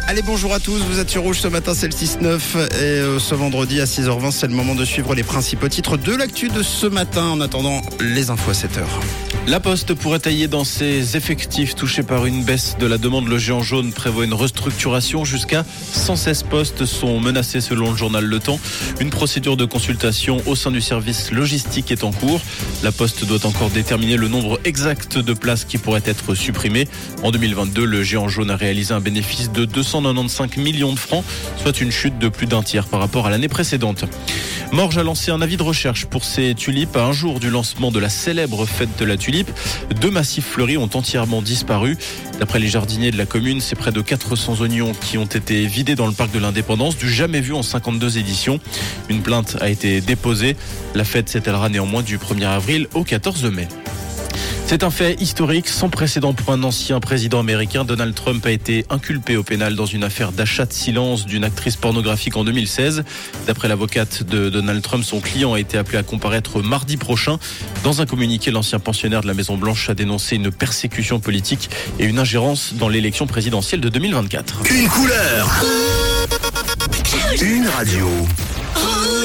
Allez, bonjour à tous, vous êtes sur Rouge ce matin, c'est le 6-9 et ce vendredi à 6h20, c'est le moment de suivre les principaux titres de l'actu de ce matin en attendant les infos à 7h. La Poste pourrait tailler dans ses effectifs touchés par une baisse de la demande. Le géant jaune prévoit une restructuration. Jusqu'à 116 postes sont menacés selon le journal Le Temps. Une procédure de consultation au sein du service logistique est en cours. La Poste doit encore déterminer le nombre exact de places qui pourraient être supprimées. En 2022, le géant jaune a réalisé un bénéfice de 295 millions de francs, soit une chute de plus d'un tiers par rapport à l'année précédente. Morges a lancé un avis de recherche pour ses tulipes à un jour du lancement de la célèbre fête de la tulipe. 2 massifs fleuris ont entièrement disparu. D'après les jardiniers de la commune, c'est près de 400 oignons qui ont été vidés dans le parc de l'Indépendance, du jamais vu en 52 éditions. Une plainte a été déposée. La fête s'étalera néanmoins du 1er avril au 14 mai. C'est un fait historique, sans précédent pour un ancien président américain. Donald Trump a été inculpé au pénal dans une affaire d'achat de silence d'une actrice pornographique en 2016. D'après l'avocate de Donald Trump, son client a été appelé à comparaître mardi prochain. Dans un communiqué, l'ancien pensionnaire de la Maison-Blanche a dénoncé une persécution politique et une ingérence dans l'élection présidentielle de 2024. Une couleur, une radio.